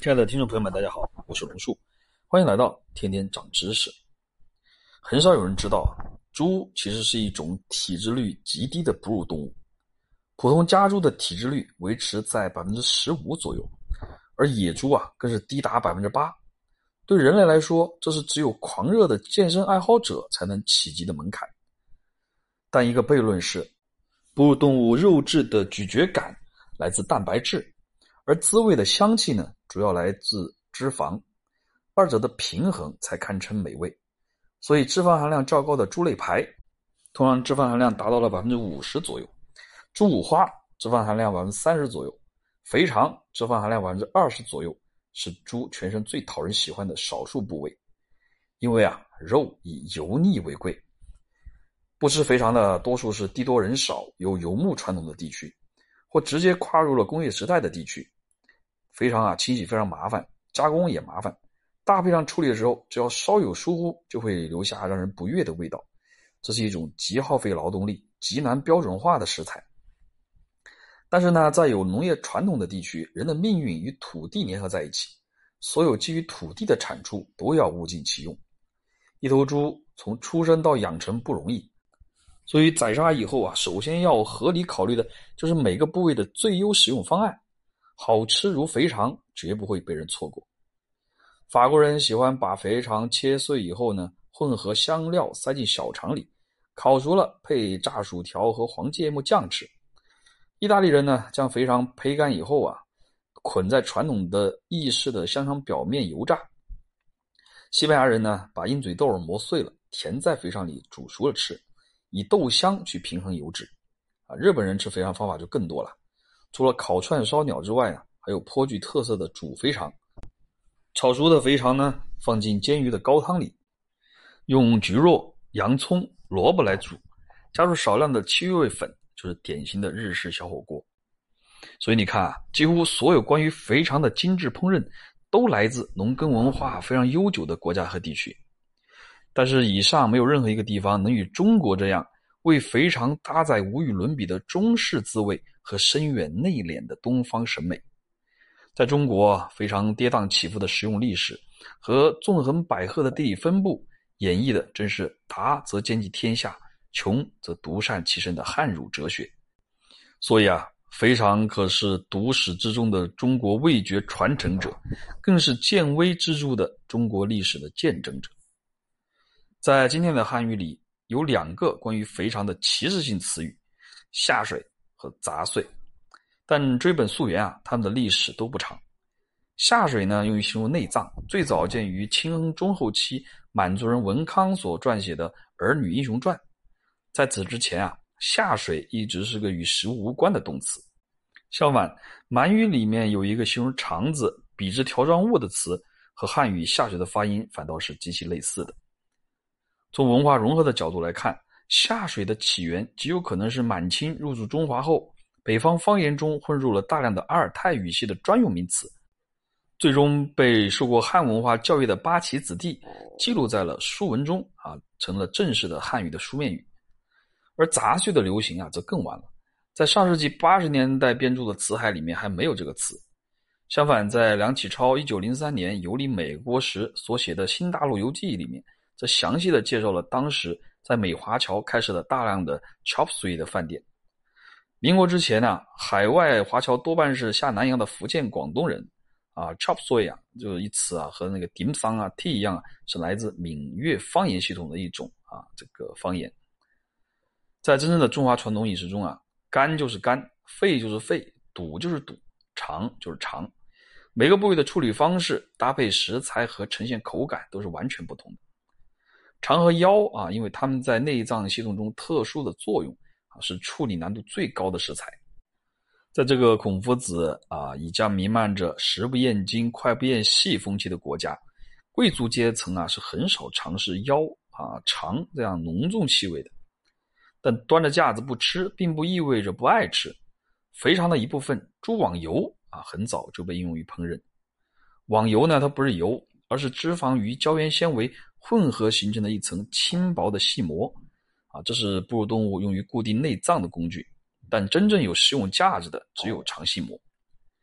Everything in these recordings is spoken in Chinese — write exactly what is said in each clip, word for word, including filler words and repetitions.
亲爱的听众朋友们，大家好，我是龙树，欢迎来到天天长知识。很少有人知道，猪其实是一种体脂率极低的哺乳动物，普通家猪的体脂率维持在 百分之十五 左右，而野猪啊更是低达 百分之八。 对人类来说，这是只有狂热的健身爱好者才能企及的门槛。但一个悖论是，哺乳动物肉质的咀嚼感来自蛋白质，而滋味的香气呢，主要来自脂肪，二者的平衡才堪称美味。所以脂肪含量较高的猪肋排，通常脂肪含量达到了 百分之五十 左右，猪五花脂肪含量 百分之三十 左右，肥肠脂肪含量 百分之二十 左右，是猪全身最讨人喜欢的少数部位。因为啊，肉以油腻为贵，不吃肥肠的多数是地多人少、有游牧传统的地区，或直接跨入了工业时代的地区。肥肠啊，清洗非常麻烦，加工也麻烦，大配上处理的时候，只要稍有疏忽，就会留下让人不悦的味道。这是一种极耗费劳动力、极难标准化的食材。但是呢，在有农业传统的地区，人的命运与土地粘合在一起，所有基于土地的产出都要物尽其用。一头猪从出生到养成不容易，所以宰杀以后啊，首先要合理考虑的就是每个部位的最优使用方案。好吃如肥肠，绝不会被人错过。法国人喜欢把肥肠切碎以后呢，混合香料塞进小肠里，烤熟了配炸薯条和黄芥末酱吃。意大利人呢，将肥肠焙干以后啊，捆在传统的意式的香肠表面油炸。西班牙人呢，把鹰嘴豆磨碎了，填在肥肠里煮熟了吃，以豆香去平衡油脂。啊，日本人吃肥肠方法就更多了。除了烤串烧鸟之外啊，还有颇具特色的煮肥肠。炒熟的肥肠呢，放进煎鱼的高汤里，用菊肉、洋葱、萝卜来煮，加入少量的七味粉，就是典型的日式小火锅。所以你看啊，几乎所有关于肥肠的精致烹饪都来自农耕文化非常悠久的国家和地区。但是以上没有任何一个地方能与中国这样为肥肠搭载无与伦比的中式滋味和深远内敛的东方审美。在中国，肥肠跌宕起伏的食用历史和纵横捭阖的地理分布，演绎的真是达则兼济天下，穷则独善其身的汉儒哲学。所以啊，肥肠可是读史之中的中国味觉传承者，更是见微知著的中国历史的见证者。在今天的汉语里，有两个关于肥肠的歧视性词语，下水和杂碎。但追本溯源啊，它们的历史都不长。下水呢，用于形容内脏，最早见于清亨中后期满族人文康所撰写的《儿女英雄传》。在此之前啊，下水一直是个与食物无关的动词。相反，满语里面有一个形容肠子、比之条状物的词，和汉语下水的发音反倒是极其类似的。从文化融合的角度来看，下水的起源极有可能是满清入驻中华后，北方方言中混入了大量的阿尔泰语系的专用名词，最终被受过汉文化教育的八旗子弟记录在了书文中啊，成了正式的汉语的书面语。而杂碎的流行啊，则更晚了，在上世纪八十年代编著的词海里面还没有这个词。相反，在梁启超一九零三年游历美国时所写的《新大陆游记》里面，则详细的介绍了当时在美华侨开设了大量的 chop suey 的饭店。民国之前呢、啊，海外华侨多半是下南洋的福建、广东人啊 ，chop suey 啊，就是一词啊，和那个 dim sum 啊、tea 一样，是来自闽粤方言系统的一种啊，这个方言。在真正的中华传统饮食中啊，肝就是肝，肺就是肺，肚就是肚，肠就是肠。每个部位的处理方式、搭配食材和呈现口感都是完全不同的。肠和腰啊，因为它们在内脏系统中特殊的作用啊，是处理难度最高的食材。在这个孔夫子啊，已将弥漫着食不厌精、脍不厌细风气的国家，贵族阶层啊是很少尝试腰啊、肠这样浓重气味的。但端着架子不吃，并不意味着不爱吃。肥肠的一部分猪网油啊，很早就被应用于烹饪。网油呢，它不是油，而是脂肪与胶原纤维混合形成的一层轻薄的细膜啊，这是哺乳动物用于固定内脏的工具，但真正有食用价值的只有肠系膜。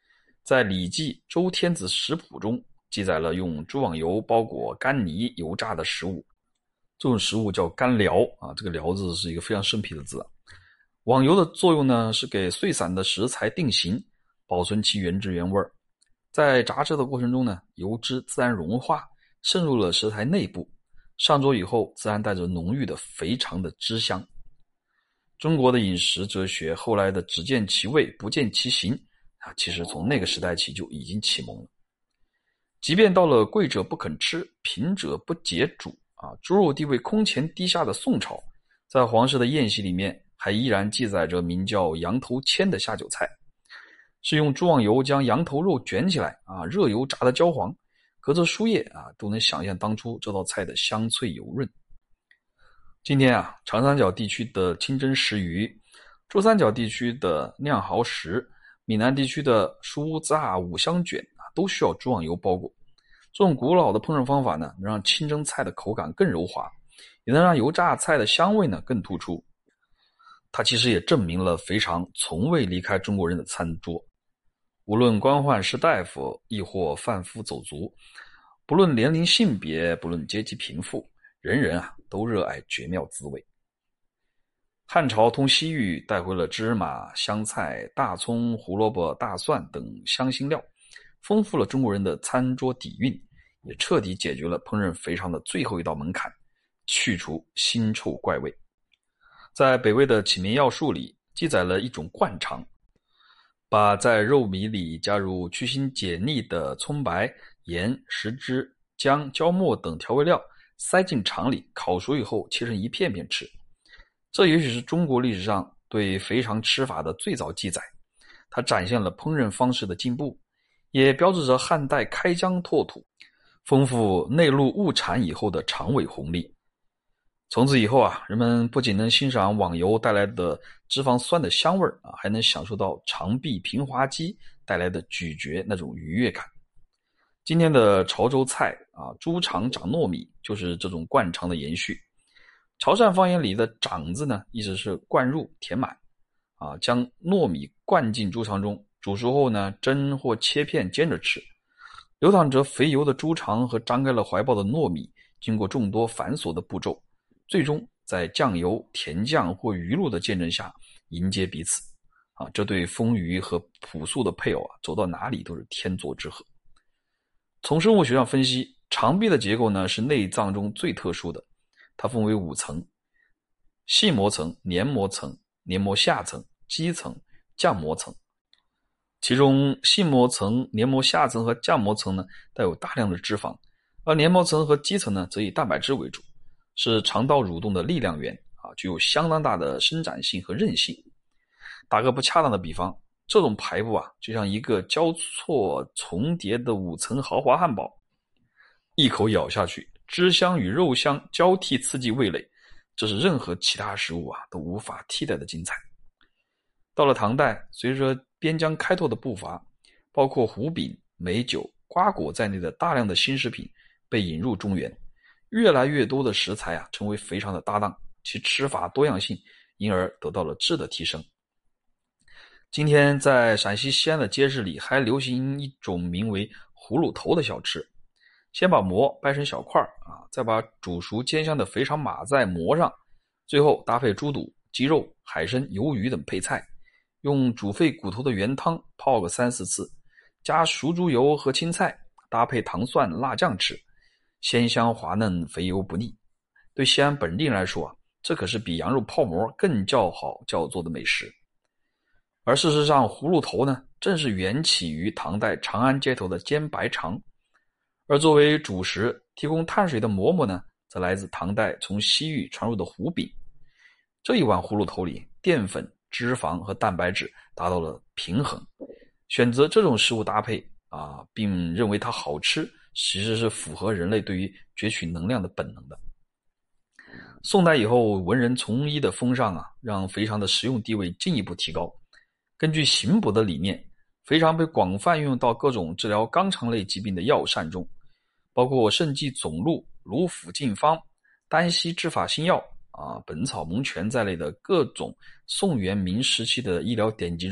在《礼记·周天子食谱》中记载了用猪网油包裹干泥油炸的食物，这种食物叫干疗啊，这个疗字是一个非常生僻的字啊。网油的作用呢，是给碎散的食材定型，保存其原汁原味。在炸制的过程中呢，油脂自然融化，渗入了食材内部，上桌以后自然带着浓郁的肥肠的汁香。中国的饮食哲学后来的只见其味不见其形啊，其实从那个时代起就已经启蒙了。即便到了贵者不肯吃，贫者不解煮啊，猪肉地位空前低下的宋朝，在皇室的宴席里面还依然记载着名叫羊头签的下酒菜，是用猪网油将羊头肉卷起来啊，热油炸得焦黄，隔着书页啊，都能想象当初这道菜的香脆油润。今天啊，长三角地区的清蒸石鱼，珠三角地区的酿蚝石，闽南地区的酥炸五香卷啊，都需要猪网油包裹。这种古老的烹饪方法呢，能让清蒸菜的口感更柔滑，也能让油炸菜的香味呢更突出。它其实也证明了肥肠从未离开中国人的餐桌。无论官宦士大夫，亦或贩夫走卒，不论年龄性别，不论阶级贫富，人人啊都热爱绝妙滋味。汉朝通西域，带回了芝麻、香菜、大葱、胡萝卜、大蒜等香辛料，丰富了中国人的餐桌底蕴，也彻底解决了烹饪肥肠的最后一道门槛，去除腥臭怪味。在北魏的起名要术里记载了一种灌肠，把在肉糜里加入去腥解腻的葱白、盐、石汁、姜、椒末等调味料，塞进肠里，烤熟以后切成一片片吃。这也许是中国历史上对肥肠吃法的最早记载，它展现了烹饪方式的进步，也标志着汉代开疆拓土、丰富内陆物产以后的长尾红利。从此以后啊，人们不仅能欣赏网油带来的脂肪酸的香味啊，还能享受到肠壁平滑肌带来的咀嚼那种愉悦感。今天的潮州菜啊，猪肠长糯米就是这种灌肠的延续。潮汕方言里的长字呢，意思是灌入填满啊，将糯米灌进猪肠中，煮熟后呢，蒸或切片煎着吃。流淌着肥油的猪肠和张开了怀抱的糯米，经过众多繁琐的步骤，最终在酱油、甜酱或鱼露的见证下迎接彼此啊，这对丰腴和朴素的配偶啊，走到哪里都是天作之合。从生物学上分析，肠壁的结构呢是内脏中最特殊的，它分为五层：细膜层、黏膜层、黏膜下层、基层、浆膜层。其中细膜层、黏膜下层和浆膜层呢，带有大量的脂肪，而黏膜层和基层呢，则以蛋白质为主，是肠道蠕动的力量源啊，具有相当大的伸展性和韧性。打个不恰当的比方，这种排布啊，就像一个交错重叠的五层豪华汉堡，一口咬下去，汁香与肉香交替刺激味蕾，这是任何其他食物啊都无法替代的精彩。到了唐代，随着边疆开拓的步伐，包括胡饼、美酒、瓜果在内的大量的新食品被引入中原，越来越多的食材啊成为肥肠的搭档，其吃法多样性因而得到了质的提升。今天在陕西西安的街市里还流行一种名为葫芦头的小吃，先把馍掰成小块啊，再把煮熟煎香的肥肠码在馍上，最后搭配猪肚、鸡肉、海参、鱿鱼等配菜，用煮沸骨头的原汤泡个三四次，加熟猪油和青菜，搭配糖蒜辣酱吃，鲜香滑嫩，肥油不腻。对西安本地人来说啊，这可是比羊肉泡馍更叫好叫座的美食。而事实上，葫芦头呢，正是缘起于唐代长安街头的煎白肠，而作为主食提供碳水的馍馍呢，则来自唐代从西域传入的胡饼。这一碗葫芦头里，淀粉、脂肪和蛋白质达到了平衡。选择这种食物搭配啊，并认为它好吃，其实是符合人类对于攫取能量的本能的。宋代以后，文人从医的风尚啊，让肥肠的食用地位进一步提高。根据行补的理念，肥肠被广泛运用到各种治疗肛肠类疾病的药膳中，包括圣济总录、卢府进方、丹溪治法新药啊、本草蒙泉在内的各种宋元明时期的医疗典籍中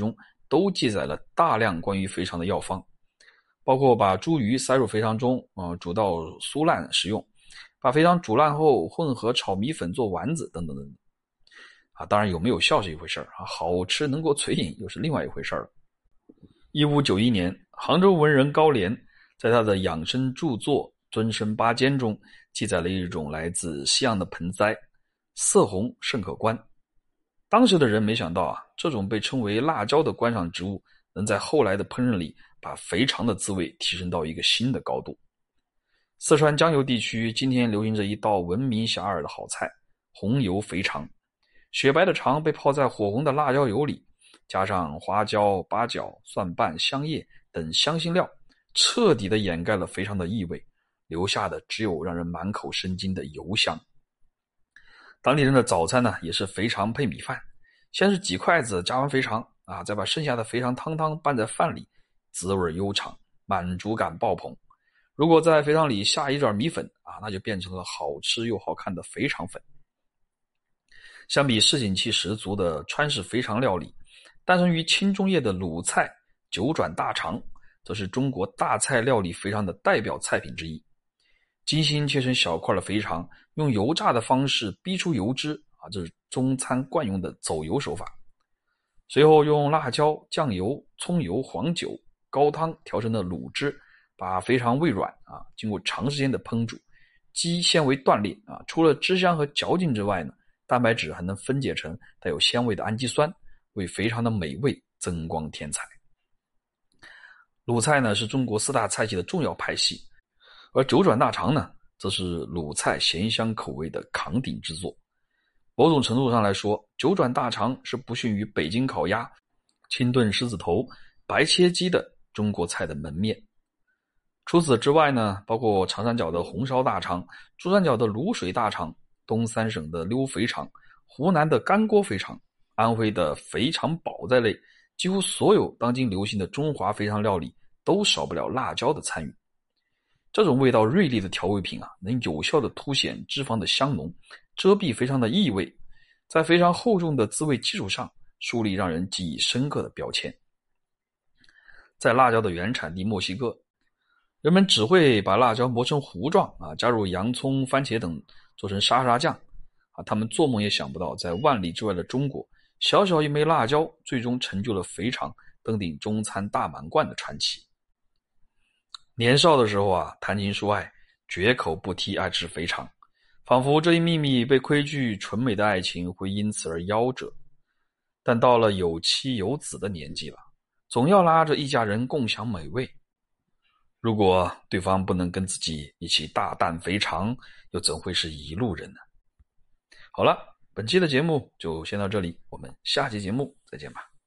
都记载了大量关于肥肠的药方，包括把猪鱼塞入肥肠中，呃，煮到酥烂食用，把肥肠煮烂后混合炒米粉做丸子等等等等。啊，当然有没有效是一回事啊，好吃能够嘴瘾又是另外一回事了。一五九一年，杭州文人高廉在他的养生著作《尊生八间》中记载了一种来自西洋的盆栽，色红甚可观。当时的人没想到啊，这种被称为辣椒的观赏植物能在后来的烹饪里把肥肠的滋味提升到一个新的高度。四川江油地区今天流行着一道闻名遐迩的好菜——红油肥肠。雪白的肠被泡在火红的辣椒油里，加上花椒、八角、蒜瓣、香叶等香辛料，彻底地掩盖了肥肠的异味，留下的只有让人满口生津的油香。当地人的早餐呢，也是肥肠配米饭，先是几筷子夹完肥肠啊，再把剩下的肥肠汤汤拌在饭里，滋味悠长，满足感爆棚。如果在肥肠里下一点米粉啊，那就变成了好吃又好看的肥肠粉。相比市井气十足的川式肥肠料理，诞生于清中叶的鲁菜九转大肠，则是中国大菜料理肥肠的代表菜品之一。精心切成小块的肥肠，用油炸的方式逼出油脂啊，这是中餐惯用的走油手法。随后用辣椒、酱油、葱油、黄酒、高汤调成的卤汁，把肥肠煨软啊，经过长时间的烹煮，肌纤维断裂啊，除了汁香和嚼劲之外呢，蛋白质还能分解成带有鲜味的氨基酸，为肥肠的美味增光添彩。鲁菜呢是中国四大菜系的重要派系，而九转大肠呢，则是鲁菜咸香口味的扛鼎之作。某种程度上来说，九转大肠是不逊于北京烤鸭、清炖狮子头、白切鸡的中国菜的门面。除此之外呢，包括长三角的红烧大肠、珠三角的卤水大肠、东三省的溜肥肠、湖南的干锅肥肠、安徽的肥肠煲在内，几乎所有当今流行的中华肥肠料理都少不了辣椒的参与。这种味道锐利的调味品啊，能有效地凸显脂肪的香浓，遮蔽肥肠的异味，在肥肠厚重的滋味基础上树立让人记忆深刻的标签。在辣椒的原产地墨西哥，人们只会把辣椒磨成糊状啊，加入洋葱、番茄等做成沙沙酱啊，他们做梦也想不到，在万里之外的中国，小小一枚辣椒最终成就了肥肠登顶中餐大满贯的传奇。年少的时候啊，谈情说爱，绝口不提爱吃肥肠，仿佛这一秘密被窥据，纯美的爱情会因此而夭折。但到了有妻有子的年纪了，总要拉着一家人共享美味。如果对方不能跟自己一起大啖肥肠，又怎会是一路人呢？好了，本期的节目就先到这里，我们下期节目再见吧。